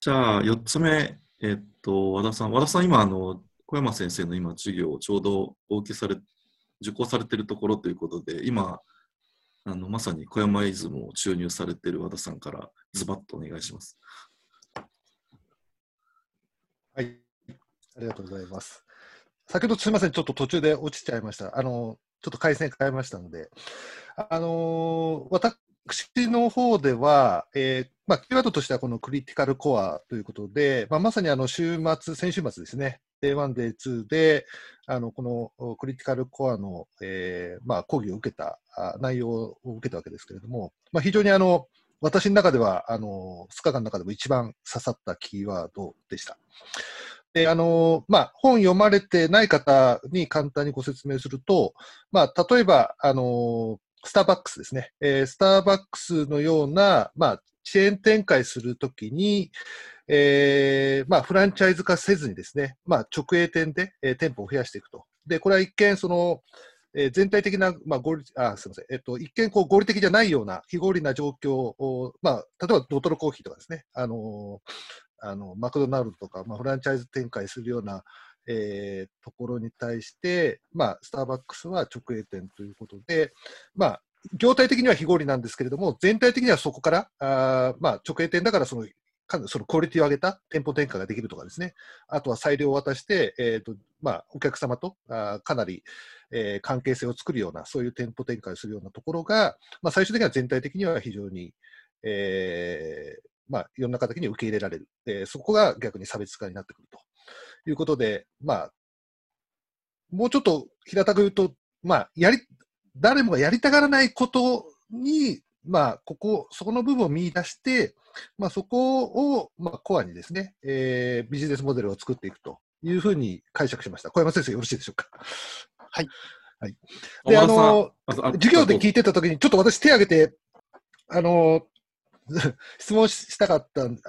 じゃあ、4つ目、和田さん、今、小山先生の今、授業をちょうどお受けされ、受講されているところということで、今、まさに小山イズムを注入されている和田さんから、ズバッとお願いします。 はい、ありがとうございます。先ほどすみません、ちょっと途中で落ちちゃいました。ちょっと回線変えましたので、私の方では、キーワードとしてはこのクリティカルコアということで、まさに先週末ですね、Day1、Day2 で、このクリティカルコアの、講義を受けた、内容を受けたわけですけれども、非常に私の中では、2日間の中でも一番刺さったキーワードでした。で、本読まれてない方に簡単にご説明すると、例えば、スターバックスですね。スターバックスのような、チェーン展開するときに、フランチャイズ化せずにですね、直営店で、店舗を増やしていくと。で、これは一見、全体的な、すみません。一見、合理的じゃないような、非合理な状況を、例えば、ボトルコーヒーとかですね、マクドナルドとか、フランチャイズ展開するような、ところに対して、スターバックスは直営店ということで、業態的には非合理なんですけれども、全体的にはそこから、直営店だからそのクオリティを上げた店舗展開ができるとかですね、あとは裁量を渡して、お客様とかなり、関係性を作るような、そういう店舗展開をするようなところが、最終的には全体的には非常に、いろんな形に受け入れられる。そこが逆に差別化になってくるということで、もうちょっと平たく言うと、誰もがやりたがらないことに、そこの部分を見出して、そこを、コアにですね、ビジネスモデルを作っていくというふうに解釈しました。小山先生、よろしいでしょうか。 はい。 はい。で、 和田さん、 授業で聞いてたときに、ちょっと私手挙げて、質問したかった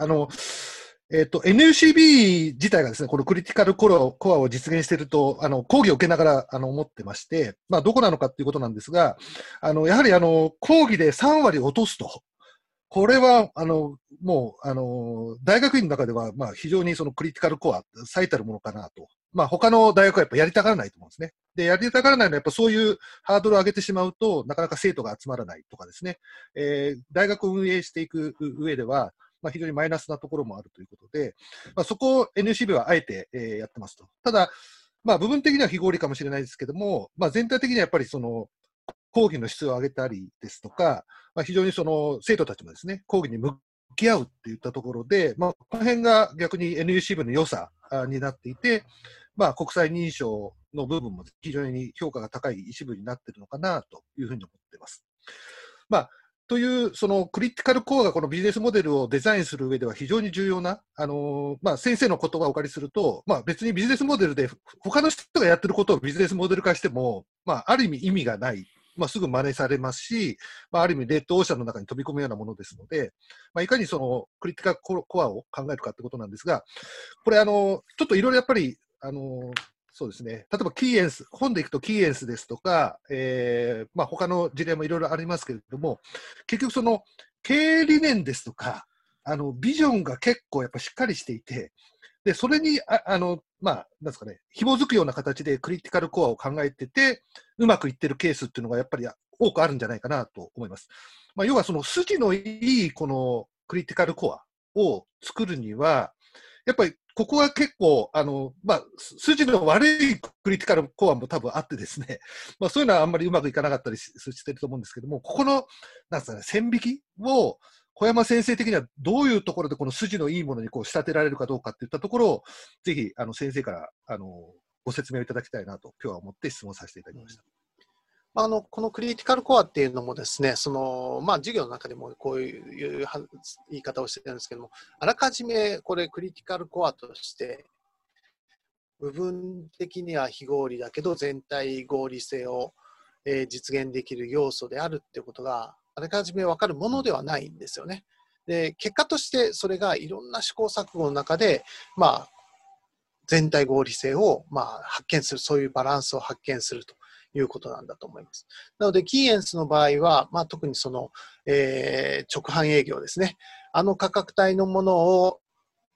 、NUCB 自体がですね、このクリティカルコアを実現していると、講義を受けながら、思ってまして、どこなのかっていうことなんですが、やはり、講義で3割落とすと。これは、もう、大学院の中では、非常にそのクリティカルコア、最たるものかなと。他の大学はやっぱやりたがらないと思うんですね。で、やりたがらないのは、やっぱそういうハードルを上げてしまうと、なかなか生徒が集まらないとかですね。大学を運営していく上では、非常にマイナスなところもあるということで、そこを NCB はあえて、やってますと。ただ、部分的には非合理かもしれないですけども、全体的にはやっぱりその、講義の質を上げたりですとか、非常にその生徒たちもですね、講義に向き合うっていったところで、この辺が逆に NUC 部の良さになっていて、国際認証の部分も非常に評価が高い一部になっているのかなというふうに思っています。という、そのクリティカルコアがこのビジネスモデルをデザインする上では非常に重要な、先生の言葉をお借りすると、別にビジネスモデルで他の人がやってることをビジネスモデル化しても、ある意味意味がない。すぐ真似されますし、ある意味レッドオーシャンの中に飛び込むようなものですので、いかにそのクリティカルコアを考えるかってことなんですが、これちょっといろいろやっぱり、そうですね。例えばキーエンス、本でいくとキーエンスですとか、他の事例もいろいろありますけれども、結局その経営理念ですとか、ビジョンが結構やっぱしっかりしていて、で、それに、なんですかね、紐づくような形でクリティカルコアを考えてて、うまくいってるケースっていうのがやっぱり多くあるんじゃないかなと思います。要はその筋のいいこのクリティカルコアを作るには、やっぱりここは結構、筋の悪いクリティカルコアも多分あってですね、そういうのはあんまりうまくいかなかったりしてると思うんですけども、ここの、なんですかね、線引きを、小山先生的にはどういうところでこの筋のいいものにこう仕立てられるかどうかっていったところを、ぜひ、先生から、ご説明をいただきたいなと、今日は思って質問させていただきました。 このクリティカルコアっていうのもですね、授業の中でもこういう言い方をしてるんですけども、あらかじめこれクリティカルコアとして、部分的には非合理だけど全体合理性を実現できる要素であるっていうことがあらかじめ分かるものではないんですよね。で、結果としてそれがいろんな試行錯誤の中で、全体合理性を発見する、そういうバランスを発見するということなんだと思います。なので、キーエンスの場合は、特にその、直販営業ですね。価格帯のものを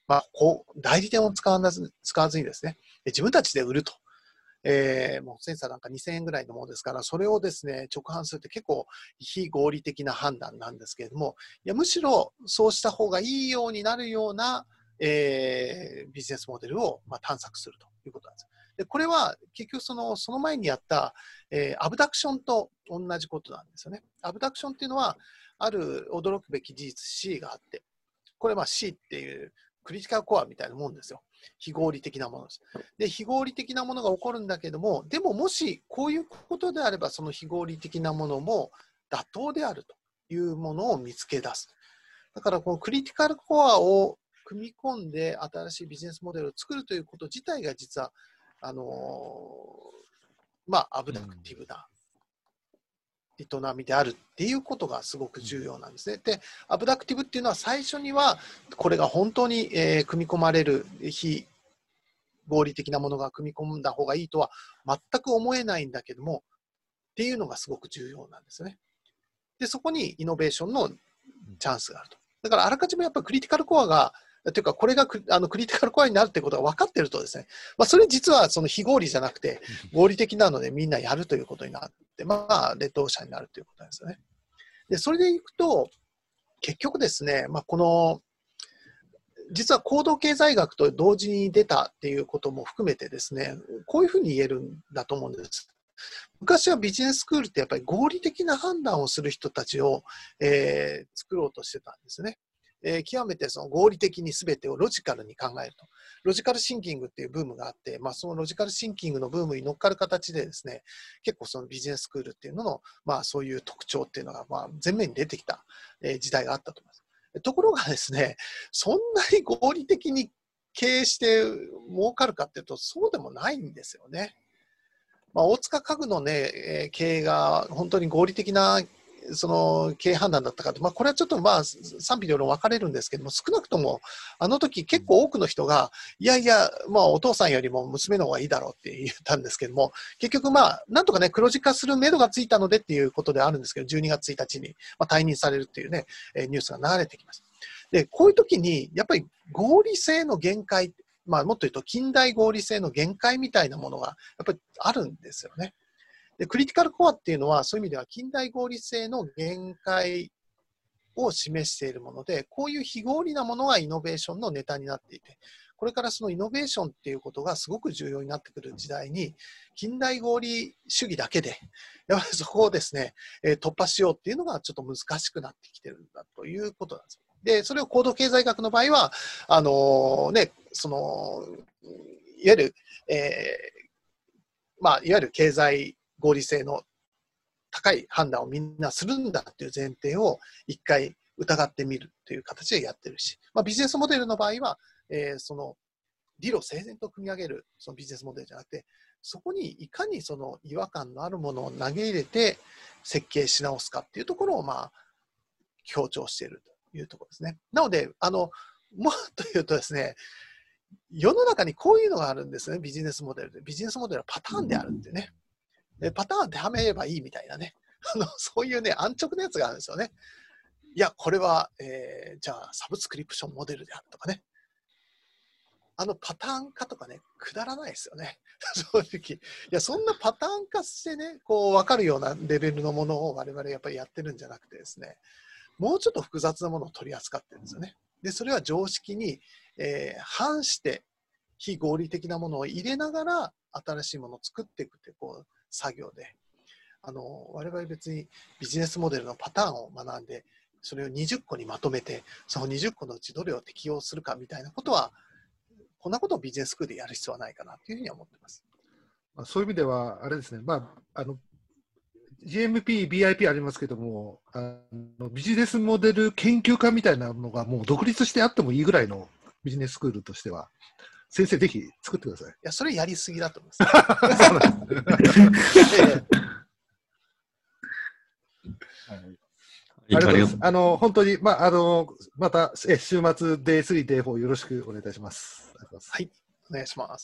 代理店を使わずにですね、自分たちで売ると。もうセンサーなんか2000円ぐらいのものですから、それをですね、直販するって結構非合理的な判断なんですけれども、いやむしろそうした方がいいようになるような、ビジネスモデルを、探索するということなんです。で、これは結局その前にやった、アブダクションと同じことなんですよね。アブダクションっていうのは、ある驚くべき事実 C があって、これCっていうクリティカルコアみたいなもんですよ。非合理的なものです。で、非合理的なものが起こるんだけども、でももしこういうことであれば、その非合理的なものも妥当であるというものを見つけ出す。だからこのクリティカルコアを組み込んで新しいビジネスモデルを作るということ自体が実は、アブダクティブな営みであるっていうことがすごく重要なんですね。で、アブダクティブっていうのは最初にはこれが本当に、組み込まれる非合理的なものが組み込んだ方がいいとは全く思えないんだけどもっていうのがすごく重要なんですね。で、そこにイノベーションのチャンスがあると。だからあらかじめやっぱりクリティカルコアがというか、これがクリティカルコアになるということが分かっているとですね、それ実はその非合理じゃなくて、合理的なのでみんなやるということになって、レッドオーシャンになるということなんですよね。で、それでいくと、結局ですね、この、実は行動経済学と同時に出たっていうことも含めてですね、こういうふうに言えるんだと思うんです。昔はビジネススクールってやっぱり合理的な判断をする人たちを、作ろうとしてたんですね。極めてその合理的に全てをロジカルに考えると。ロジカルシンキングっていうブームがあって、そのロジカルシンキングのブームに乗っかる形でですね、結構そのビジネススクールっていうのの、そういう特徴っていうのが前面に出てきた、時代があったと思います。ところがですね、そんなに合理的に経営して儲かるかっていうと、そうでもないんですよね。大塚家具のね、経営が本当に合理的なその経営判断だったかと、これはちょっと賛否両論分かれるんですけども、少なくともあの時結構多くの人が、いやいや、お父さんよりも娘の方がいいだろうって言ったんですけども、結局なんとかね、黒字化する目処がついたのでっていうことであるんですけど、12月1日に退任されるっていうね、ニュースが流れてきます。で、こういう時に、やっぱり合理性の限界、もっと言うと近代合理性の限界みたいなものがやっぱりあるんですよね。で、クリティカルコアっていうのはそういう意味では近代合理性の限界を示しているもので、こういう非合理なものがイノベーションのネタになっていて、これからそのイノベーションっていうことがすごく重要になってくる時代に、近代合理主義だけで、やっぱりそこをですね、突破しようっていうのがちょっと難しくなってきてるんだということなんです。で、それを行動経済学の場合は、いわゆる、いわゆる経済合理性の高い判断をみんなするんだっていう前提を一回疑ってみるという形でやってるし、ビジネスモデルの場合は、その理路整然と組み上げるそのビジネスモデルじゃなくて、そこにいかにその違和感のあるものを投げ入れて設計し直すかっていうところを強調しているというところですね。なので、もっと言うとですね、世の中にこういうのがあるんですね、ビジネスモデルで。ビジネスモデルはパターンであるっていうね。でパターンではめればいいみたいなね。そういうね、安直なやつがあるんですよね。いや、これは、じゃあ、サブスクリプションモデルであるとかね。パターン化とかね、くだらないですよね。正直。いや、そんなパターン化してね、こう、わかるようなレベルのものを我々やっぱりやってるんじゃなくてですね、もうちょっと複雑なものを取り扱ってるんですよね。で、それは常識に、反して非合理的なものを入れながら新しいものを作っていくってこう作業で、我々別にビジネスモデルのパターンを学んで、それを20個にまとめて、その20個のうちどれを適用するかみたいなことは、こんなことをビジネススクールでやる必要はないかなというふうに思っています。 そういう意味では、あれですね、GMP、BIP ありますけども、ビジネスモデル研究家みたいなのがもう独立してあってもいいぐらいのビジネススクールとしては、先生、ぜひ作ってください。 いや、それやりすぎだと思います。 ありがとうございます。本当に、また、週末、デー3、デー4、よろしくお願いいたします。 はい、お願いします。